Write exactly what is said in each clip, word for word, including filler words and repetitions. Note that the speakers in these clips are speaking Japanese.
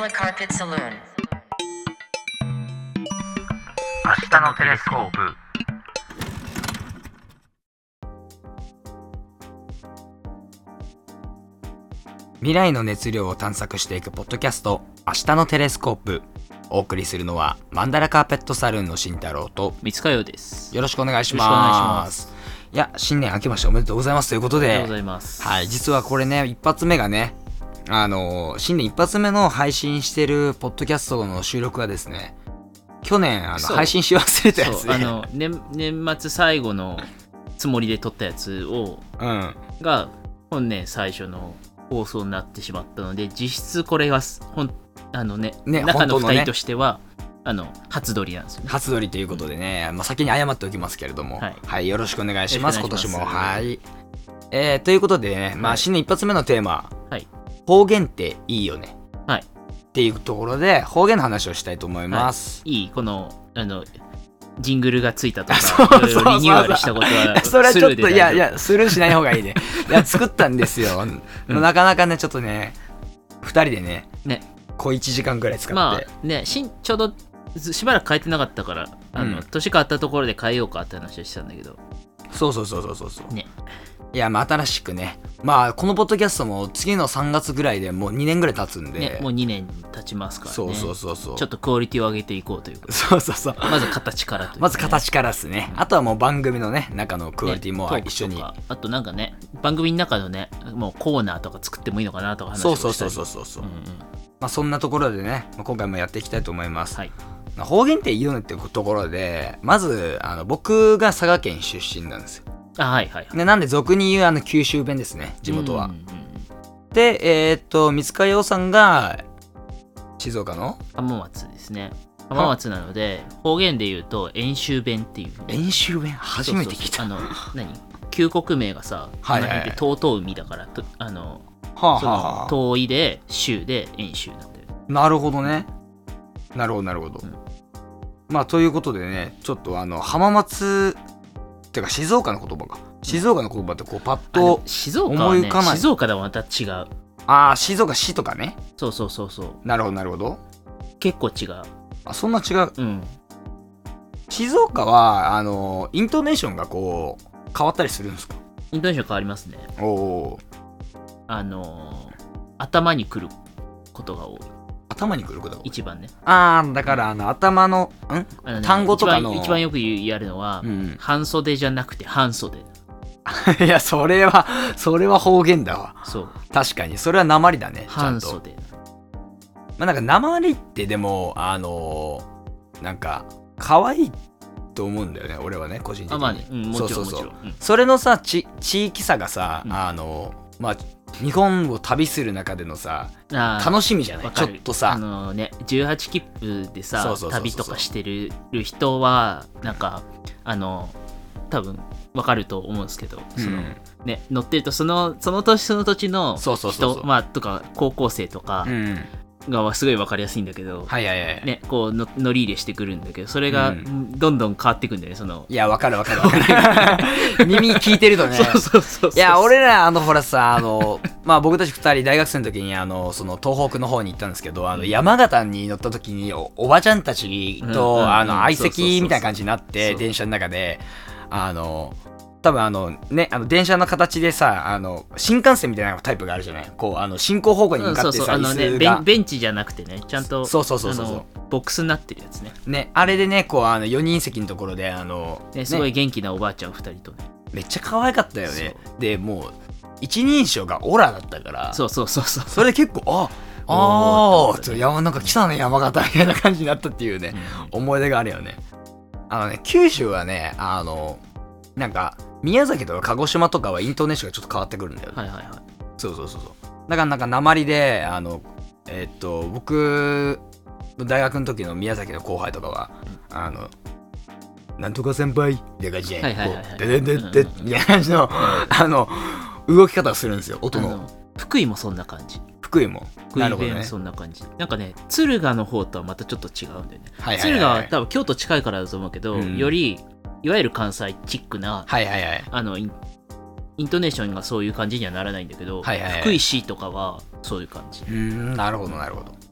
Manila Carpet Saloon。 明日のテレスコープ。未来の熱量を探索していくポッドキャスト、明日のテレスコープ。お送りするのはマンダラカーペットサルーンの慎太郎と三塚洋です。 よろしくお願いします。 よろしくお願いします。 いや、新年明けましておめでとうございますということで、 ありがとうございます。 はい、実はこれね、一発目がね、あの新年一発目の配信してるポッドキャストの収録がですね、去年あの配信し忘れたやつで、 あの 年, 年末最後のつもりで撮ったやつを、うん、が本年最初の放送になってしまったので、実質これが本あの、ねね、中のふたりとしては、ね、あの初撮りなんですよね。 初撮りということでね、まあ、先に謝っておきますけれども、はい、はい、よろしくお願いします。今年もはい、えー、ということでね、まあ、新年一発目のテーマ、はい、方言っていいよね、はい、っていうところで方言の話をしたいと思います。 はい、いいこのあのジングルがついたとかそうそうそうそうリニューアルしたことはそれはちょっといやいやスルーしない方がいいね。いや作ったんですよ、うん、なかなかねちょっとねふたりでねね小いちじかんぐらい使って、 まあね、しちょうどしばらく変えてなかったからあの、うん、年変わったところで変えようかって話をしてたんだけど、 そうそうそうそうそうね、いやまあ新しくね、まあこのポッドキャストも次のさんがつぐらいでもうにねんぐらい経つんで、ね、 もうにねん経ちますからね。 そうそうそうそう、 ちょっとクオリティを上げていこうということで、 そうそうそう、 まず形からという、ね、 まず形からですね、うん、あとはもう番組のね中のクオリティも一緒に、ね、 あとなんかね番組の中のねもうコーナーとか作ってもいいのかなとか話をしたり、 そうそうそうそうそう、うんうん、まあ、そんなところでね今回もやっていきたいと思います。はい、方言っていいよねっていうところで、まずあの僕が佐賀県出身なんですよ。 あ、はいはいはい、 でなんで俗に言うあの九州弁ですね、地元は。うんうんうん、でえー、っと三塚洋さんが静岡の浜松ですね。浜松なので方言で言うと遠州弁っていう。 遠州弁初めて聞いた。 そうそうそう、あの何旧国名がさ、はいはいはい、遠々海だからと、あの、 はあはあはあ、 その遠いで州で遠州なんだよ。 なるほどね、なるほどなるほど、うん、まあということでね、ちょっとあの浜松てか静岡の言葉か、静岡の言葉ってこうパッと思い浮かない、 ね、静岡ではまた違う。 ああ、静岡市とかね。 そうそうそうそう、 なるほどなるほど、 結構違う。 あ、そんな違う、 うん、 静岡はあのイントネーションがこう変わったりするんですか？ イントネーション変わりますね。 おお、 あの頭にくることが多い。 頭にくることが多い、 一番ね。 ああ、だからあの頭のんあの、ね、単語とかの一番、一番よくやるのは、うん、半袖じゃなくて半袖。 いやそれはそれは方言だわ。 そう、 確かにそれは訛りだね。 半袖。 まあなんか訛りってでもあのー、なんか可愛いと思うんだよね、俺はね、個人的に。あ、まあね、うん、もちろんもちろん。それのさ、ち地域差がさ、うん、あのまあ日本を旅する中でのさ楽しみじゃない？ちょっとさ、 あのね、じゅうはち切符でさ旅とかしてる人はなんかあの多分分かると思うんですけど、うん、そのね、乗ってるとそのその年その土地の人、まあとか高校生とか、うん、がすごい分かりやすいんだけど、はいはいはい、ね、こうの乗り入れしてくるんだけど、それがどんどん変わっていくんだよね、その。 いや分かる分かる分かる耳聞いてるとね。 そうそうそうそう、 いや俺らあのほらさ、あのまあ僕たちふたり大学生の時にあのその東北の方に行ったんですけど、あの山形に乗った時に お, おばちゃんたちと、うんうんうん、あの相席みたいな感じになって電車の中であの多分あのね、あの電車の形でさ、あの新幹線みたいなタイプがあるじゃない。こうあの進行方向に向かってさ、うん、そうそう、あのね、 ベン、ベンチじゃなくてね、ちゃんとそうそうそうそうそう、 ボックスになってるやつね。 ね、あれでね、こうあのよにん席のところであの、 ね、すごい元気なおばあちゃんふたりとね、 めっちゃ可愛かったよね。でもう一人称がオラだったから、 そうそうそうそう、 それで結構あああ、ね、山なんか来たね山形みたいな感じになったっていうね、うん、思い出があるよね。あのね、九州はね、あのなんか宮崎とか鹿児島とかはイントネーションがちょっと変わってくるんだよね。はいはいはい。そうそうそうそう。だからなんか訛りであのえー、っと僕大学の時の宮崎の後輩とかは、うん、あのなんとか先輩って感じで、ででででみたいな感じのあの動き方をするんですよ、音の。の福井もそんな感じ。 福井も。 福井弁そんな感じ。なんかね、敦賀の方とはまたちょっと違うんだよね。はいはいはい、敦賀は多分京都近いからだと思うけど、うん、よりいわゆる関西チックな、はいはいはい、あのイン、イントネーションがそういう感じにはならないんだけど、はいはいはい、福井市とかはそういう感じ。 うーん、なるほどなるほど。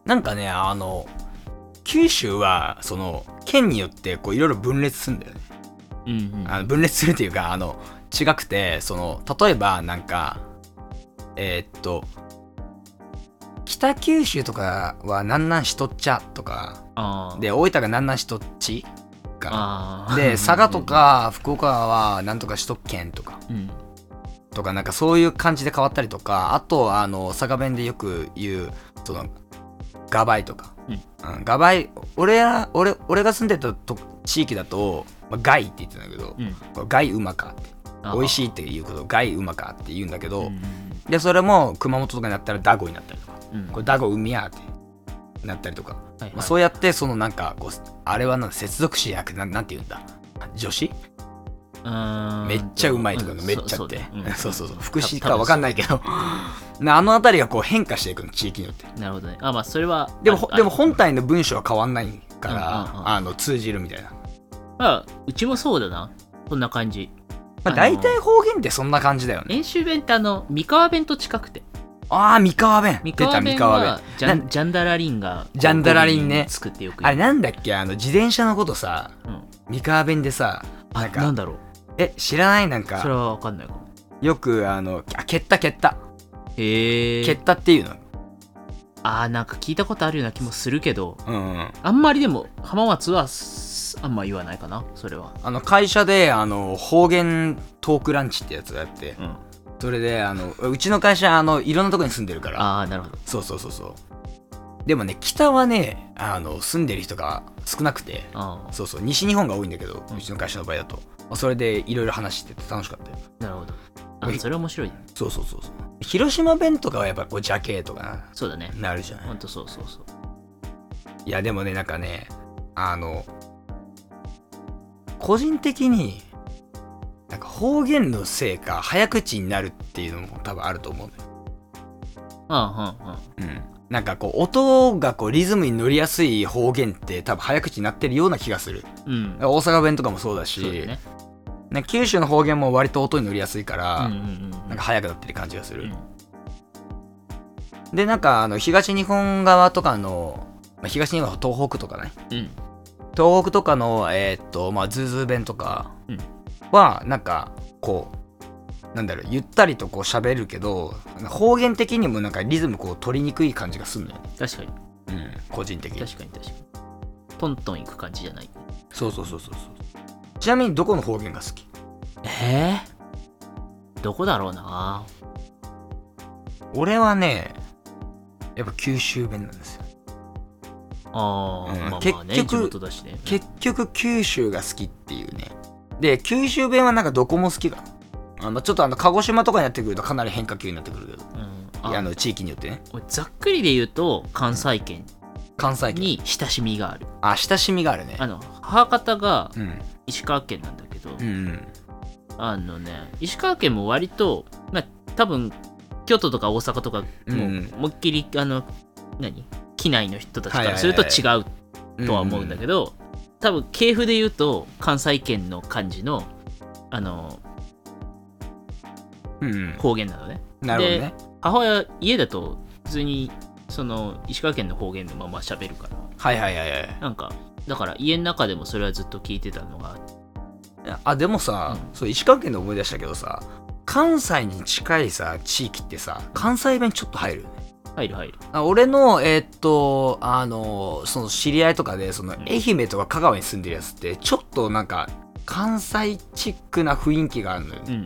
なんかね、あの九州はその県によってこういろいろ分裂するんだよね。うんうん、あの分裂するっていうか、あの違くて、その例えばなんかえー、っと北九州とかはなんなんしとっちゃとかで、大分がなんなんしとっちかで、佐賀とか福岡はなんとかしとっけんとか、うん、とかなんかそういう感じで変わったりとか、あとあの佐賀弁でよく言うそのガバイとか、うんうん、ガバイ、俺ら俺俺が住んでたと地域だと、まあ、ガイって言ってたんだけど、うん、これガイうまかって美味しいっていうことガイうまかって言うんだけど、うん、でそれも熊本とかになったらダゴになったりとか、うん、これダゴ海やってなったりとか、はいはい、まあ、そうやってそのなんかこうあれはなん接続詞じゃなくて な, なんて言うんだ助詞めっちゃうまいとかのめっちゃって、うん、そうそうそう、副詞か分かんないけどあのあたりがこう変化していくの、地域によって。 なるほどね。あ、まあそれはでもでも本体の文章は変わんないから、うんうんうん、あの通じるみたいな。 まあうちもそうだな、こんな感じ。 まあ、大体方言ってそんな感じだよね。 演習弁ってあの三河弁と近くて、 ああ三河弁、 三河弁はジャン、ジャンダラリンがジャンダラリンね作ってよく、 あれなんだっけ、あの自転車のことさ、うん、三河弁でさ、 なんかなんだろう、 え知らない？なんかそれは分かんないかも。 よくあのあ蹴った蹴ったへえ蹴ったっていうの、 あーなんか聞いたことあるような気もするけど、 うんうん、 あんまりでも浜松はあんま言わないかな。それはあの会社であの方言トークランチってやつがあって、うん、それであのうちの会社あのいろんなとこに住んでるから、 ああなるほど、 そうそうそうそう。でもね北はねあの住んでる人が少なくて、そうそう西日本が多いんだけど、うん、うちの会社の場合だと、まあ、それでいろいろ話してて楽しかったよ。 なるほど、あそれは面白い、ね、 そうそうそうそう。広島弁とかはやっぱこうジャケとかそうだねなるじゃない。 ほんとそうそうそう。 いやでもねなんかねあの個人的になんか方言のせいか早口になるっていうのも多分あると思うのよ。 ああ、うんうん、 うん。なんかこう音がこうリズムに乗りやすい方言って多分早口になってるような気がする。うん、大阪弁とかもそうだし、そうだね、ね、九州の方言も割と音に乗りやすいから、うんうんうん、なんか早くなってる感じがする。うん、でなんかあの東日本側とかの、まあ、東日本は東北とかね。うん、東北とかの、えーっとまあ、ズーズー弁とかはなんかこうなんだろうゆったりとこう喋るけど方言的にもなんかリズムこう取りにくい感じがするのよね。 確かに、 うん、個人的に確かに確かにトントンいく感じじゃない。 そうそうそうそうそう。ちなみにどこの方言が好き？ えー、どこだろうな。 俺はねやっぱ九州弁なんですよ。 ああ、うん、まあまあね、結局、地元だしね、 結局九州が好きっていうね。で九州弁はなんかどこも好きだ。あのちょっとあの鹿児島とかになってくるとかなり変化球になってくるけど、うん、あ, あの地域によってね。 ざっくりで言うと関西圏関西圏に親しみがある。 あ親しみがあるね。 あの母方が石川県なんだけど、うんうん、あのね石川県も割と、まあ、多分京都とか大阪とかも思いっきり、うん、あの何機内の人たちからすると違うとは思うんだけど、多分系譜で言うと関西圏の感じのあの、うん、方言なのね。 なるほどね。 で母親家だと普通にその石川県の方言のまま喋るから、 はいはいはいはい、 なんかだから家の中でもそれはずっと聞いてたのがあでもさ、うん、そう石川県で思い出したけどさ関西に近いさ地域ってさ関西弁ちょっと入るよね。 入る入る。 俺のえー、っとあのその知り合いとかでその愛媛とか香川に住んでるやつってちょっとなんか関西チックな雰囲気があるのよね。うんうんうん。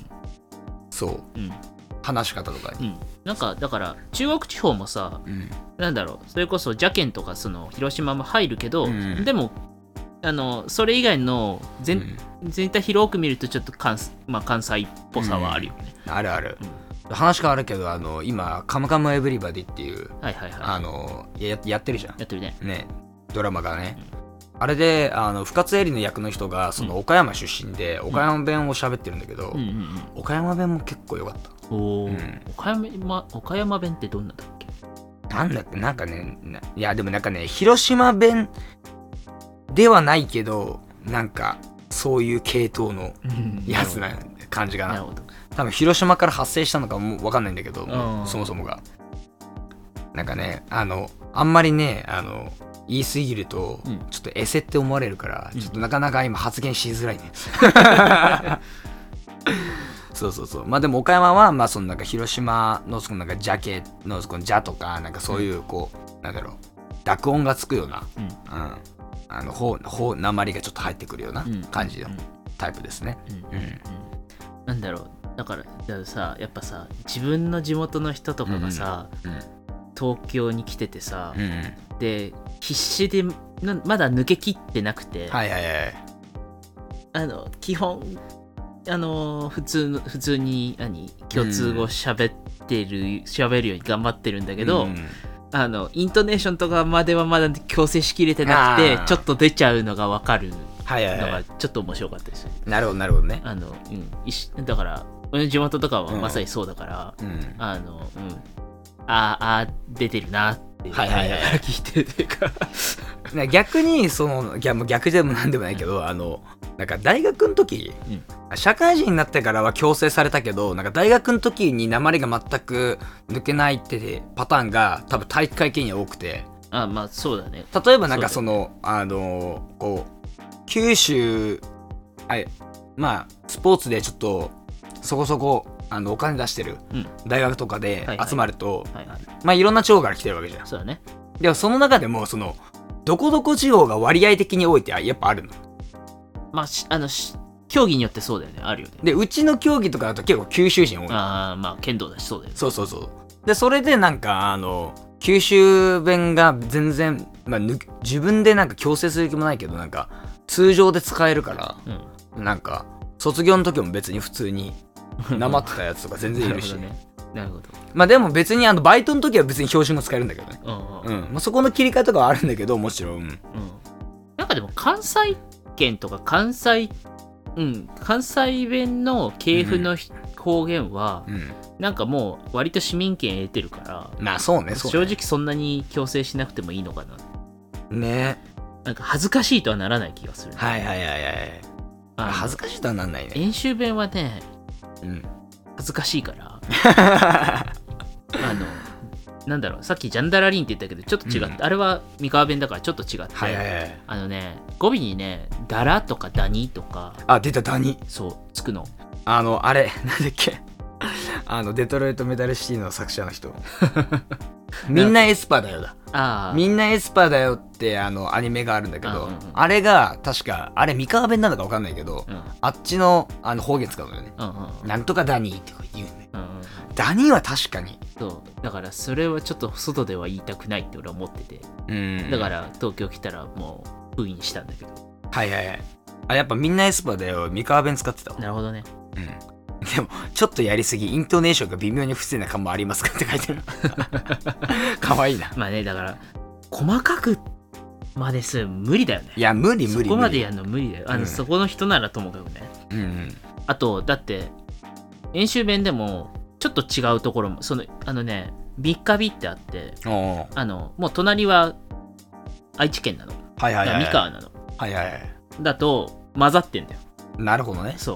そう、うん、話し方とかに、うん、 なんかだから中国地方もさ、うん、なんだろうそれこそ邪県とかその広島も入るけど、うん、でもあのそれ以外の 全,、うん、全体広く見るとちょっと関、まあ、関西っぽさはあるよね。 うん、あるある。うん、話変わるけどあの今カムカムエヴリバディっていう、はいはいはい、あの や, やってるじゃん。 やってるね。 ねドラマがね。うん、あれであの深津絵里の役の人がその岡山出身で、うん、岡山弁を喋ってるんだけど、うんうんうん、岡山弁も結構良かった。 お、うん、岡山岡山弁ってどんなだっけ？ なんだっけなんかねいやでもなんかね広島弁ではないけどなんかそういう系統のやつな感じかな。なるほど。多分広島から発生したのかも分かんないんだけど、そもそもがなんかねあのあんまりねあの言い過ぎると、うん、ちょっとエセって思われるから、うん、ちょっとなかなか今発言しづらいねそうそうそう。まあでも岡山はまあそのなんか広島のそのなんかジャケのそのジャとかなんかそういうこう、うん、なんだろう濁音がつくような、うんうん、あのほうほう訛りがちょっと入ってくるような感じのタイプですね。うんうんうん、 なんだろうだからだからさやっぱさ自分の地元の人とかがさ、うんうん、東京に来ててさ、うんうん、で必死でまだ抜けきってなくて、はいはいはい、あの基本あの普通の普通に何共通語喋ってる喋、うん、るように頑張ってるんだけど、うん、あのイントネーションとかまではまだ強制しきれてなくてちょっと出ちゃうのが分かるのがちょっと面白かったですよ、はいはいはい、 なるほどなるほどね。 あの、うん、だから俺の地元とかはまさにそうだから、うん、あの、うん、ああ出てるなっていう、はいはいはい、聞いてるというか逆にその逆でもなんでもないけど、うん、あのなんか大学の時、うん、社会人になってからは強制されたけどなんか大学の時に訛りが全く抜けないってパターンが多分体育会系には多くて、 あまあそうだね。 例えばなんかそのあのこう九州あまあスポーツでちょっとそこそこあのお金出してる大学とかで集まると、はいはいはいはい、まあいろんな地方から来てるわけじゃん。 そうだね。 でもその中でもそのどこどこ地方が割合的に多いってやっぱあるの。 まああの競技によってそうだよね、あるよね。 でうちの競技とかだと結構九州人多い。 ああまあ剣道だしそうだよね。 そうそうそう。でそれでなんかあの九州弁が全然、まあ、自分でなんか強制する気もないけどなんか通常で使えるから、うん、なんか卒業の時も別に普通になまってたやつとか全然いるしなるほどね。なるほど。まあでも別にあのバイトの時は別に標準語使えるんだけどね。うん、うんうんまあ、そこの切り替えとかはあるんだけどもちろん、うん、 なんかでも関西圏とか関西うん関西弁の系譜の、うん、方言は、うん、なんかもう割と市民権得てるからまあそうねそうね正直そんなに強制しなくてもいいのかなね。 なんか恥ずかしいとはならない気がする、ね、 はいはいはいはい恥ずかしいとはなんないね。 演習弁はね、うん、恥ずかしいからあのなんだろうさっきジャンダラリンって言ったけどちょっと違って、うん、あれは三河弁だからちょっと違って、はいはいはい、あのね語尾にねダラとかダニとかあ出たダニそうつくのあのあれなんだっけあのデトロイトメタルシティの作者の人みんなエスパーだよだあみんなエスパーだよってあのアニメがあるんだけど あ,、うんうん、あれが確かあれ三河弁なのか分かんないけど、うん、あっちのあの方言使うのよね、うんうんうん、なんとかダニーって言うね、うんうん、ダニーは確かにそうだからそれはちょっと外では言いたくないって俺は思ってて、うん、だから東京来たらもう封印したんだけどはいはいはいあやっぱみんなエスパーだよ三河弁使ってたわ。 なるほどね。うんでもちょっとやりすぎイントネーションが微妙に不正な感もありますかって書いてるかわいいな。 まあねだから細かくまでする無理だよね。 いや無理無理そこまでやるの無理だよあの、うん、そこの人ならともかくね、うんうん、あとだって演習弁でもちょっと違うところもそのあのねビッカビってあってあのもう隣は愛知県なの、はいはいはい、三河なの、はいはいはい、だと混ざってんだよ。 なるほどね。 そう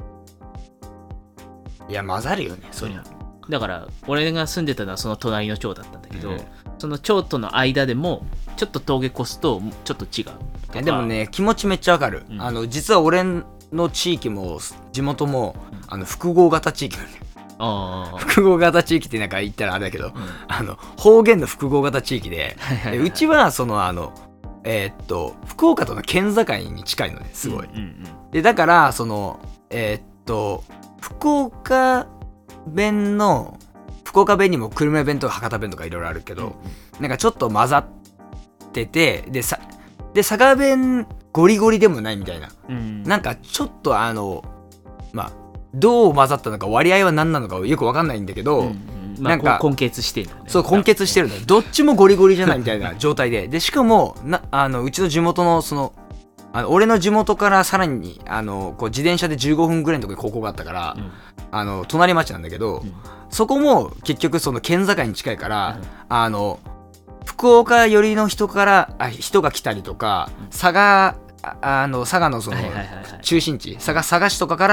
いや混ざるよねそりゃ、 うん、だから俺が住んでたのはその隣の町だったんだけど、うん、その町との間でもちょっと峠越すとちょっと違う。 でもね気持ちめっちゃわかる、うん、あの実は俺の地域も地元も、うん、あの複合型地域なんだよ。あ複合型地域ってなんか言ったらあれだけど、うん、あの方言の複合型地域でうちはそのあのえー、っと福岡との県境に近いのねすごい、うんうんうん、でだからそのえー、っと福岡弁の福岡弁にも久留米弁とか博多弁とかいろいろあるけど、うん、なんかちょっと混ざっててでさで佐賀弁ゴリゴリでもないみたいな、うん、なんかちょっとあのまあどう混ざったのか割合は何なのかよく分かんないんだけど、うんうんまあ、なんか根結してるんだね。 そう根結してるんだよ。どっちもゴリゴリじゃないみたいな状態ででしかもなあのうちの地元のそのあの俺の地元からさらにあのこう自転車でじゅうごふんぐらいのところに高校があったから、うん、あの隣町なんだけど、うん、そこも結局その県境に近いから、うん、あの福岡寄りの人からあ人が来たりとか、うん、佐賀あの佐賀のその中心地佐賀佐賀市とかから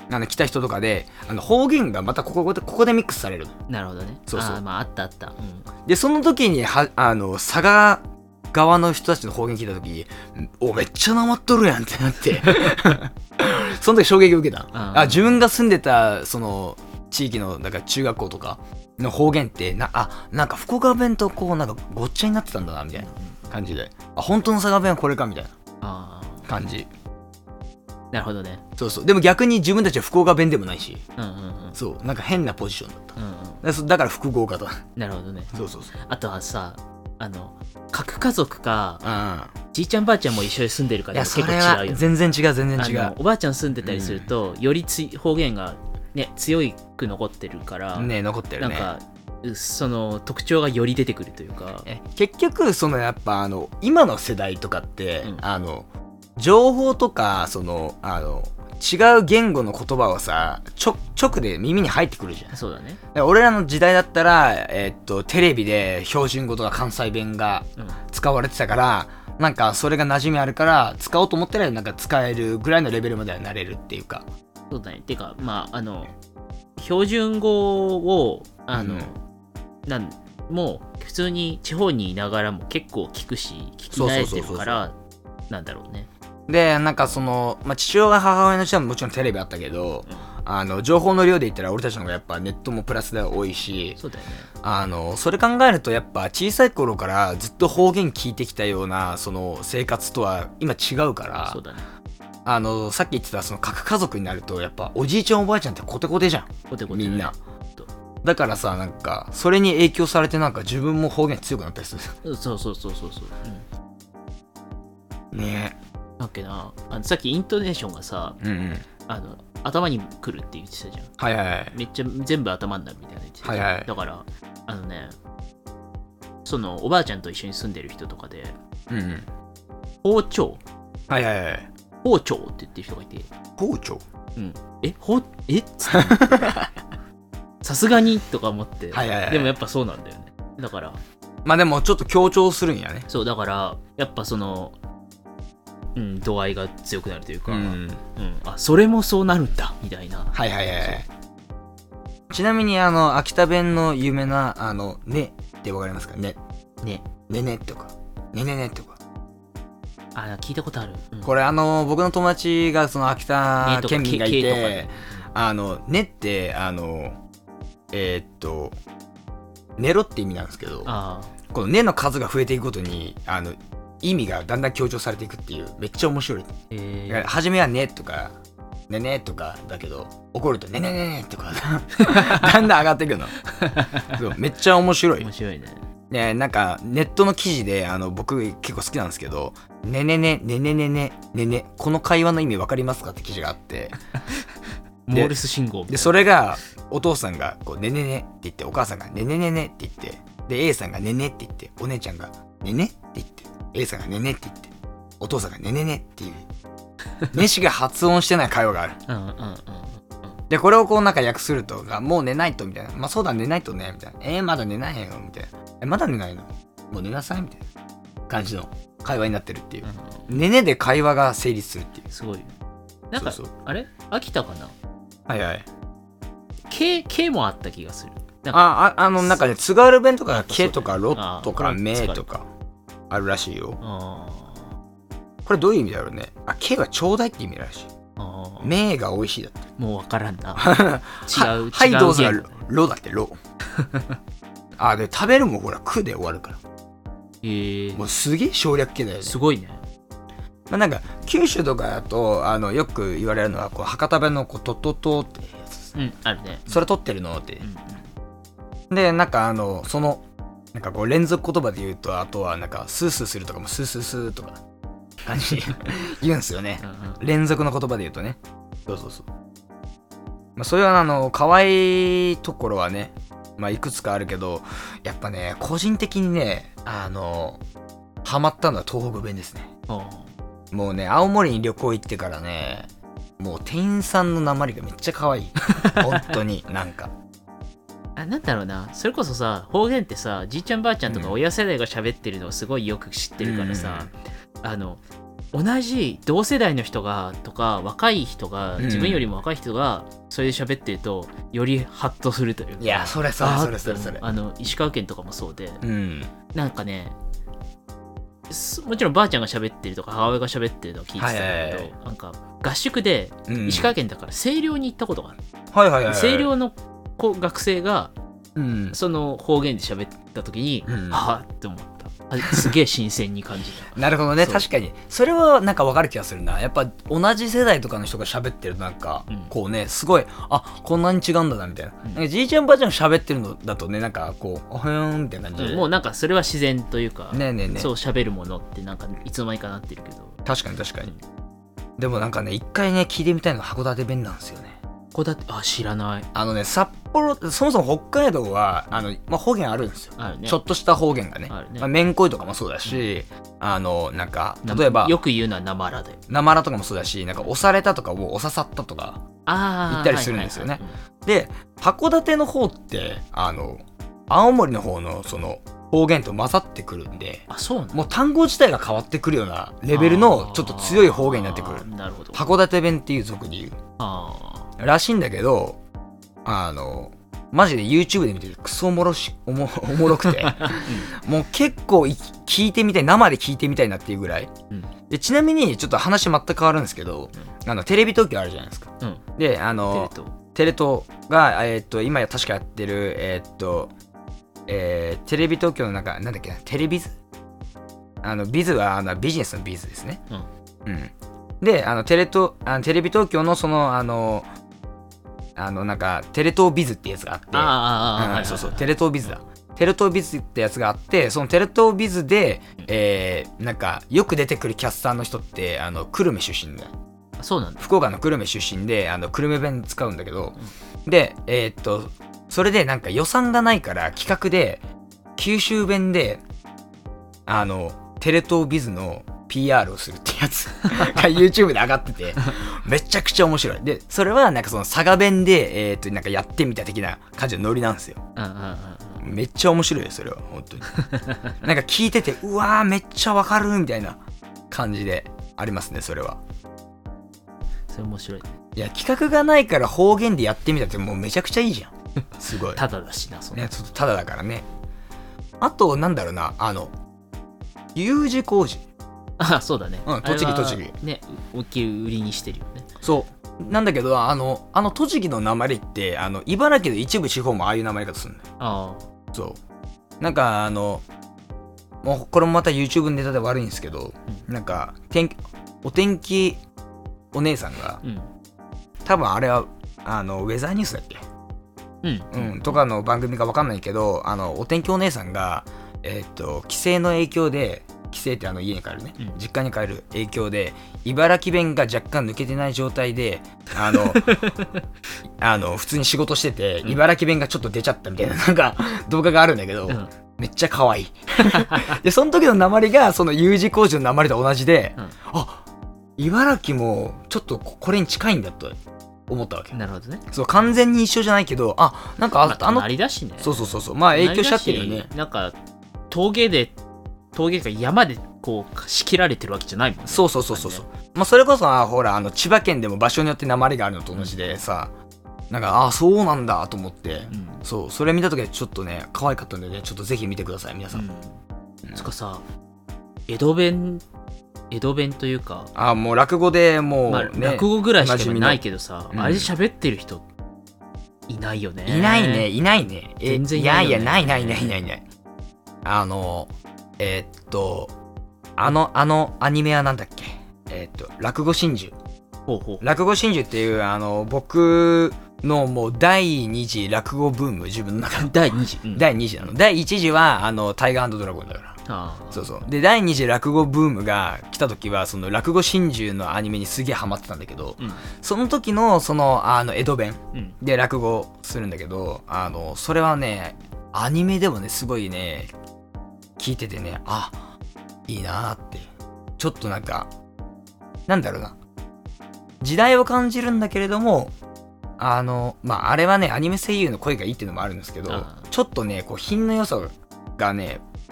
あの来た人とかであの方言がまたここでここでミックスされるの。 なるほどね。 そうそう。 あまああったあった。うん、 でその時にはあの佐賀側の人たちの方言聞いた時、おめっちゃなまっとるやんってなってその時衝撃を受けた。あ自分が住んでたその地域のなんか中学校とかの方言ってなあなんか福岡弁とこうなんかごっちゃになってたんだなみたいな感じで、あ本当の佐賀弁はこれかみたいな感じ。 なるほどね。 そうそう。でも逆に自分たちは福岡弁でもないし、 うんうんうん、 そうなんか変なポジションだった、 うんうん、 だから複合型。 なるほどね。 そうそうそう。 あとはさあの核家族か、 うん、 じいちゃんばあちゃんも一緒に住んでるから結構違うよね。 全然違う全然違う。 おばあちゃん住んでたりすると、うん、よりつ方言がね強く残ってるからね残ってるね。 なんかその特徴がより出てくるというか、 え結局そのやっぱあの今の世代とかって、うん、あの情報とかそのあの違う言語の言葉をさちょ直で耳に入ってくるじゃん。 そうだね。 俺らの時代だったら、えー、っとテレビで標準語とか関西弁が使われてたから、うん、なんかそれが馴染みあるから使おうと思ったらなんか使えるぐらいのレベルまではなれるっていうか。 そうだね。てかまああの標準語をあの、うん、なんもう普通に地方にいながらも結構聞くし聞き慣れてるからなんだろうね。 でなんかその、まあ、父親母親の時代ももちろんテレビあったけど、うん、あの情報の量で言ったら俺たちの方がやっぱネットもプラスで多いし、 そうだよね。 あのそれ考えるとやっぱ小さい頃からずっと方言聞いてきたようなその生活とは今違うから、 そうだね。 あのさっき言ってたその核家族になるとやっぱおじいちゃんおばあちゃんってコテコテじゃん。 コテコテ、ね、 みんな。だからさなんかそれに影響されてなんか自分も方言強くなったりする。 そうそうそうそうそう。 うん、ねえ。 だっけなあのさっきイントネーションがさ、うんうん、あの頭にくるって言ってたじゃん。 はいはいはい。 めっちゃ全部頭になるみたいな言ってたじゃん。 はいはい。 だからあのねそのおばあちゃんと一緒に住んでる人とかで、 うんうん、 包丁はいはいはい。 包丁って言ってる人がいて、 包丁うんえほえっさすがにとか思って、 はいはいはい、 でもやっぱそうなんだよね。だからまあでもちょっと強調するんやね。 そうだからやっぱそのうん、度合いが強くなるというか、うんうん、あそれもそうなるんだみたいな。 はいはいはい。ちなみにあの秋田弁の有名なあのねってわかりますかね。 ねねねとかねねねとか。 あ聞いたことある。 うん、これあの僕の友達がその秋田県民がいて、ね、あのねってあのえー、っと寝ろって意味なんですけど、 あこのねの数が増えていくごとにあの意味がだんだん強調されていくっていうめっちゃ面白い。 えー、 初めはねとかねねとかだけど怒るとねねねねとかだんだん上がっていくのそうめっちゃ面白い。 面白いね。 ねなんかネットの記事であの僕結構好きなんですけどねねねねねねねねねこの会話の意味わかりますかって記事があってモールス信号みたいな。 でそれがお父さんがこうねねねって言ってお母さんがねねねねって言ってで A さんがねねって言ってお姉ちゃんがねねって言って A さんがねねって言ってお父さんがねねねっていうねしが発音してない会話がある。 うんうんうんうん、 でこれをこうなんか訳するともう寝ないとみたいな、まあそうだ寝ないとねみたいな、えー、まだ寝ないよみたいな、えまだ寝ないのもう寝なさいみたいな感じの会話になってるっていう、うん、ねねで会話が成立するっていう。 すごいなんかそうそうあれ秋田かな。 はいはい。 K, K もあった気がする。 あああのなんかね津軽弁とかけとかろとかめとかあるらしいよ。 あこれどういう意味だろうね。あ、けはちょうだいって意味らしい。 あめが美味しいだって。 もうわからんな。違う。 はいどうぞがろだってろ。あ、で食べるもほらくで終わるから。 えー、 もうすげえ省略形だよね。 すごいね。まあ、なんか九州とかだとあのよく言われるのはこう博多弁のこうトトトってやつです。 うん、あるね。 それ取ってるのって。 うんうん、でなんかあのそのなんかこう連続言葉で言うとあとはなんかスースーするとかもスースースーとか感じ言うんすよね。うん、連続の言葉で言うとね。そうそうそう。まあそれはあの可愛いところはね、まあいくつかあるけどやっぱね個人的にねあのハマったのは東北弁ですね。もうね青森に旅行行ってからねもう店員さんの訛りがめっちゃ可愛い本当になんかあなんだろうなそれこそさ方言ってさじいちゃんばあちゃんとか親世代が喋ってるのをすごいよく知ってるからさ、うん、あの同じ同世代の人がとか若い人が、うん、自分よりも若い人がそれで喋ってるとよりハッとするというか、 いやそれそれそれそれそれあの石川県とかもそうで、 うん、 なんかねもちろんばあちゃんが喋ってるとか母親が喋ってるのを聞いてたんだけど、はいはいはい、なんか合宿で石川県だから清涼に行ったことがある、 はいはいはいはい、 清涼の子学生が、 うん、 その方言で喋った時に、うん、はぁって思った。すげえ新鮮に感じたなるほどね、確かにそれはなんか分かる気がするな。やっぱ同じ世代とかの人が喋ってるとなんか、うん、こうねすごいあこんなに違うんだなみたいな、うん、なんかじいちゃんばあちゃんが喋ってるのだとねなんかこうおへーんみたいな感じで、 うん、もうなんかそれは自然というか、 ねえねえねえ、 そう喋るものってなんかいつの間にかなってるけど、 確かに確かに。でもなんかね一回ね聞いてみたいのが函館弁なんですよね。 函館、あ知らない。 あのね札幌そもそも北海道はあの、まあ、方言あるんですよ、 あるね、 ちょっとした方言がね、 ね、 まあ、めんこいとかもそうだし、うん、あのなんか例えばよく言うのはなまらでなまらとかもそうだし、なんか押されたとかを押ささったとか言ったりするんですよね。で函館の方ってあの青森の方のその方言と混ざってくるんで、 あそうなんもう単語自体が変わってくるようなレベルのちょっと強い方言になってくる。 なるほど。 函館弁っていう俗に言うあらしいんだけど、あのマジで YouTube で見てるクソおもろしおも、おもろくてもう結構聞いてみたい、生で聞いてみたいなっていうぐらい、うん、でちなみにちょっと話全く変わるんですけど、うん、あのテレビ東京あるじゃないですか、 うん、 であのテレ東が、えー、っと今確かやってるえー、っと、えー、テレビ東京の中なんだっけな、テレビズあのビズはあのビジネスのビズですね、うん、うん、であのテレ東あのテレビ東京のそのあのあのなんかテレ東ビズってやつがあって、 ああそうそうテレ東ビズだテレ東ビズってやつがあって、そのテレ東ビズで、えー、なんかよく出てくるキャスターの人ってあの久留米出身で、 そうなんだ、 福岡の久留米出身であの久留米弁使うんだけど、うん、でえー、っとそれでなんか予算がないから企画で九州弁であのテレ東ビズのピーアール をするってやつが YouTube で上がっててめちゃくちゃ面白い。でそれはなんかその佐賀弁で、えー、っとなんかやってみた的な感じのノリなんですよ。 うんうんうん、 めっちゃ面白いよそれは本当になんか聞いててうわーめっちゃわかるみたいな感じでありますね。それはそれ面白い。 いや企画がないから方言でやってみたってもうめちゃくちゃいいじゃんすごいただだしな、そね、ちょっとただだからね。あとなんだろうな、あの U 字工事、 あ、そうだね、 うん、栃木栃木ね、大きい売りにしてるよね。 そうなんだけど、あのあの栃木の訛りってあの茨城の一部地方もああいう訛り方するんだよ。 ああ、そうなんかあのもうこれもまた YouTube のネタで悪いんですけど、うん、なんか天お天気お姉さんが、うん、多分あれはあのウェザーニュースだっけ、 うんうん、とかの番組か分かんないけど、あのお天気お姉さんが、えー、っと帰省の影響で、帰省ってあの家に帰るね、うん、実家に帰る影響で茨城弁が若干抜けてない状態であのあの普通に仕事してて、うん、茨城弁がちょっと出ちゃったみたいななんか動画があるんだけど、うん、めっちゃ可愛いでその時の訛りがその U 字工事の訛りと同じで、うん、あ茨城もちょっとこれに近いんだと思ったわけ。 なるほどね。 そう完全に一緒じゃないけど、あなんかあ、 まあ、あのなりだしね。 そうそうそうそう、まあ影響しちゃってるよね。 なんか峠で峠が山でこう仕切られてるわけじゃないもんね。 そうそうそうそうそう、まあそれこそあほらあの千葉県でも場所によって訛りがあるのと同じでさ、うん、なんかあそうなんだと思って、うん、そうそれ見た時はちょっとね可愛かったんでね、ちょっとぜひ見てください皆さん。 うん、つかさ江戸弁江戸弁というか、 あもう落語でもう、 まあ、 ね、 落語ぐらいしかないけどさ、うん、あれで喋ってる人いないよね。 いないねいないね。 全然いないよね。 いやいやないないないないない。あのえー、っとあのあのアニメはなんだっけ、えー、っと落語真珠。 ほうほう。 落語真珠っていうあの僕のもう第二次落語ブーム、自分の中で第二次、うん、 第二次なの。第一次はあのタイガー&ドラゴンだから。 あそうそうで第二次落語ブームが来た時はその落語真珠のアニメにすげえハマってたんだけど、うん、その時のそのあの江戸弁で落語するんだけど、あのそれはねアニメでもねすごいね聞いててね、あいいなーって、ちょっとなんかなんだろうな、時代を感じるんだけれども、あのまああれはねアニメ声優の声がいいっていうのもあるんですけど、ちょっとねこう品の良さがね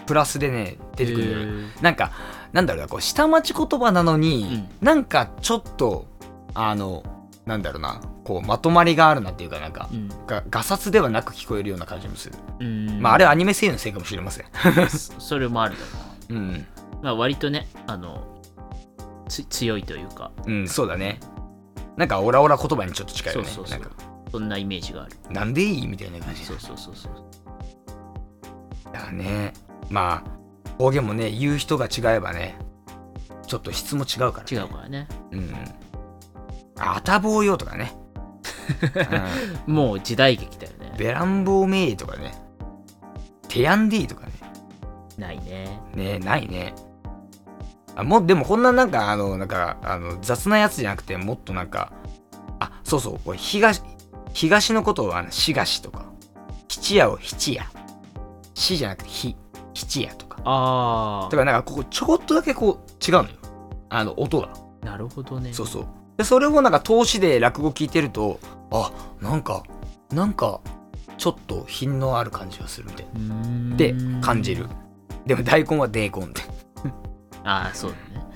プラスでね出てくるんだよ。なんかなんだろうな、こう下町言葉なのに、うん、なんかちょっとあのなんだろうな、こうまとまりがあるなっていうか、なんか、うん、がガサツではなく聞こえるような感じもする。うん、まああれはアニメ声優のせいかもしれません。 それもあるだろうな。うん。まあ割とね、あのつ強いというか。 うん、そうだね。なんかオラオラ言葉にちょっと近いよね。 そうそうそう。 なんかそんなイメージがある。 なんでいいみたいな感じ。 そうそうそうそう。 だね、まあ方言もね言う人が違えばね、ちょっと質も違うからね。 違うからね。 うん。あたぼうよとかね。 うん、もう時代劇だよね。 ベランボーメイとかね。テヤンディとかね。 ないね。 ねないね。あもうでもこんななんかあのなんかあの雑なやつじゃなくて、もっとなんか、あそうそう、これ東東のことをあの東とか、七夜を七夜、しじゃなくてひ七夜とか。 ああ。 だからなんかここちょこっとだけこう違うのよ。あの音が。 なるほどね。 そうそう。でそれをなんか通しで落語聞いてると、あなんかなんかちょっと品のある感じがするみたいなって感じる。でも大根はデーコンってああそう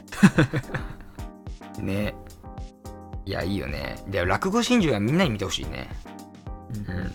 だね。 ね、いやいいよね。で落語真珠はみんなに見てほしいね。うん、うん、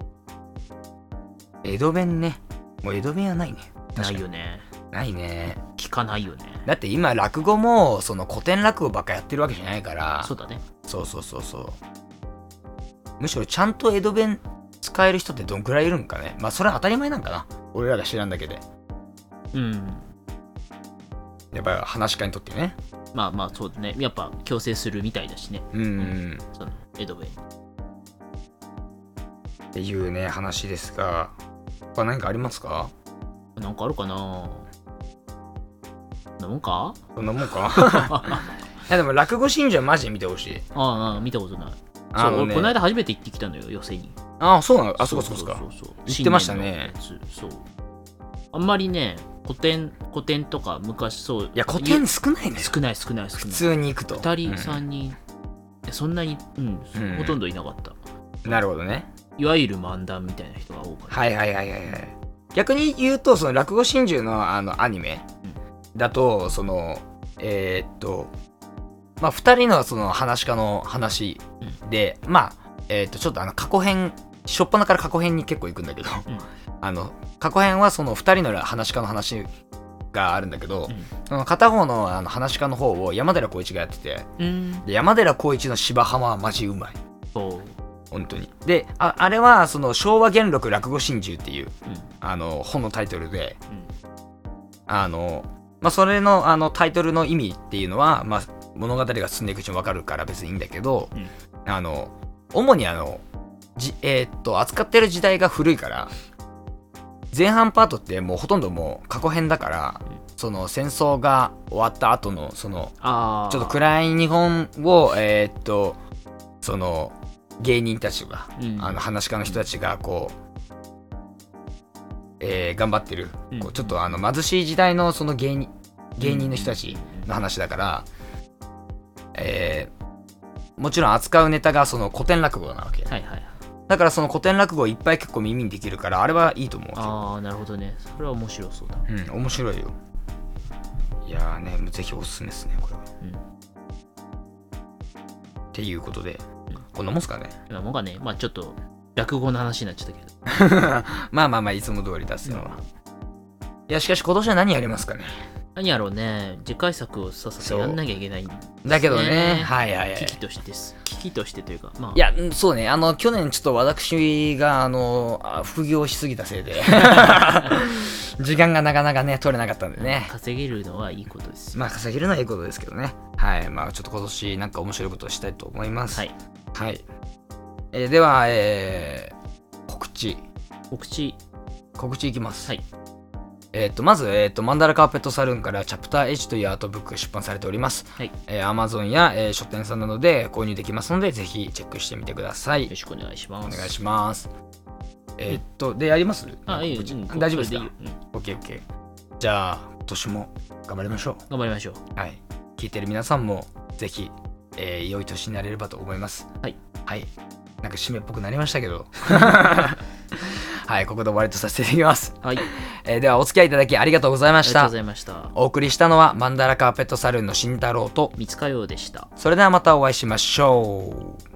江戸弁ね、もう江戸弁はないね。 ないよね。 ないね。 聞かないよね。 だって今落語もその古典落語ばっかやってるわけじゃないから。 そうだね。 そうそうそうそう。むしろちゃんと江戸弁使える人ってどんくらいいるんかね。まあそれは当たり前なんかな、俺らが知らんだけで。 うん。 やっぱり話し家にとってね。 まあまあそうだね。やっぱ強制するみたいだしね。 うん、うん、 その江戸弁っていうね話ですが、他何かありますか？ なんかあるかな。そんなもんか？ そんなもんか？いやでも落語真珠はマジで見てほしい。 ああ見たことない。あの、ね、俺この間初めて行ってきたのよ、寄席に。 ああそうなの。あそうかそうかそうか。知ってましたね。 そう。あんまりね古典古典とか昔そう。 いや古典少ないね。 少ない少ない少ない。 普通に行くと。 二人三人、うん、そんなにうん、うん、ほとんどいなかった。 なるほどね。 いわゆる漫談みたいな人が多かった。 はいはいはいはいはい。逆に言うとその落語真珠のあのアニメだと、そのえー、っとまあふたりのその話家の話で、うん、まあえー、っとちょっとあの過去編、しょっぱなから過去編に結構行くんだけど、うん、あの過去編はそのふたりの話家の話があるんだけど、うん、その片方のあの話家の方を山寺宏一がやってて、うん、で山寺宏一の芝浜はマジうまい。本当に。で あ, あれはその昭和元禄落語真珠っていう、うん、あの本のタイトルで、うん、あのまあそれのあのタイトルの意味っていうのは、まあ、物語が進んでいくうちに分かるから別にいいんだけど、うん、あの主にあのじえー、っと扱ってる時代が古いから、前半パートってもうほとんどもう過去編だから、うん、その戦争が終わった後のそのあちょっと暗い日本をえー、っとその芸人たちが、うん、あの話し家の人たちがこう、えー、頑張ってる、うん、こうちょっとあの貧しい時代のその芸人芸人の人たちの話だから、えー、もちろん扱うネタがその古典落語なわけ、 はいはいはい、 だからその古典落語をいっぱい結構耳にできるから、あれはいいと思う。 ああなるほどね。それは面白そうだ。 うん面白いよ。いやーねぜひおすすめですねこれは、うん、っていうことでこんなもんすかね。 こんなもんかね。まあちょっと落語の話になっちゃったけどまあまあまあいつも通り出すのは、うん、いやしかし今年は何やりますかね。 何やろうね。次回作をさっさとやんなきゃいけないんです、ね、 だけどね、はいはいはい、 危機としてです危機としてというか、まあ、 いやそうね、あの去年ちょっと私があの副業しすぎたせいで時間がなかなかね取れなかったんでね。 稼げるのはいいことですよ。 まあ稼げるのはいいことですけどね。はい、まあちょっと今年なんか面白いことをしたいと思います。 はいはい、えー、では、えー、告知告知告知いきます。 はい。 えー、とまず、えー、とマンダラカーペットサルーンからチャプター H というアートブックが出版されております。 はい。 えー、Amazon や、えー、書店さんなどで購入できますので、ぜひチェックしてみてください。 よろしくお願いします。 お願いします。えー、っと、でやります？ あ、いいよ。 大丈夫ですか？ うん、 オッケーオッケー。じゃあ今年も頑張りましょう。 頑張りましょう。はい。聞いてる皆さんもぜひ、えー、良い年になれればと思います。 はい。 はい。なんか締めっぽくなりましたけど。 はい、ここで終わりとさせていただきます。 はい。 えー、ではお付き合いいただきありがとうございました。 ありがとうございました。 お送りしたのはマンダラカーペットサルーンの慎太郎と三塚洋でした。 それではまたお会いしましょう。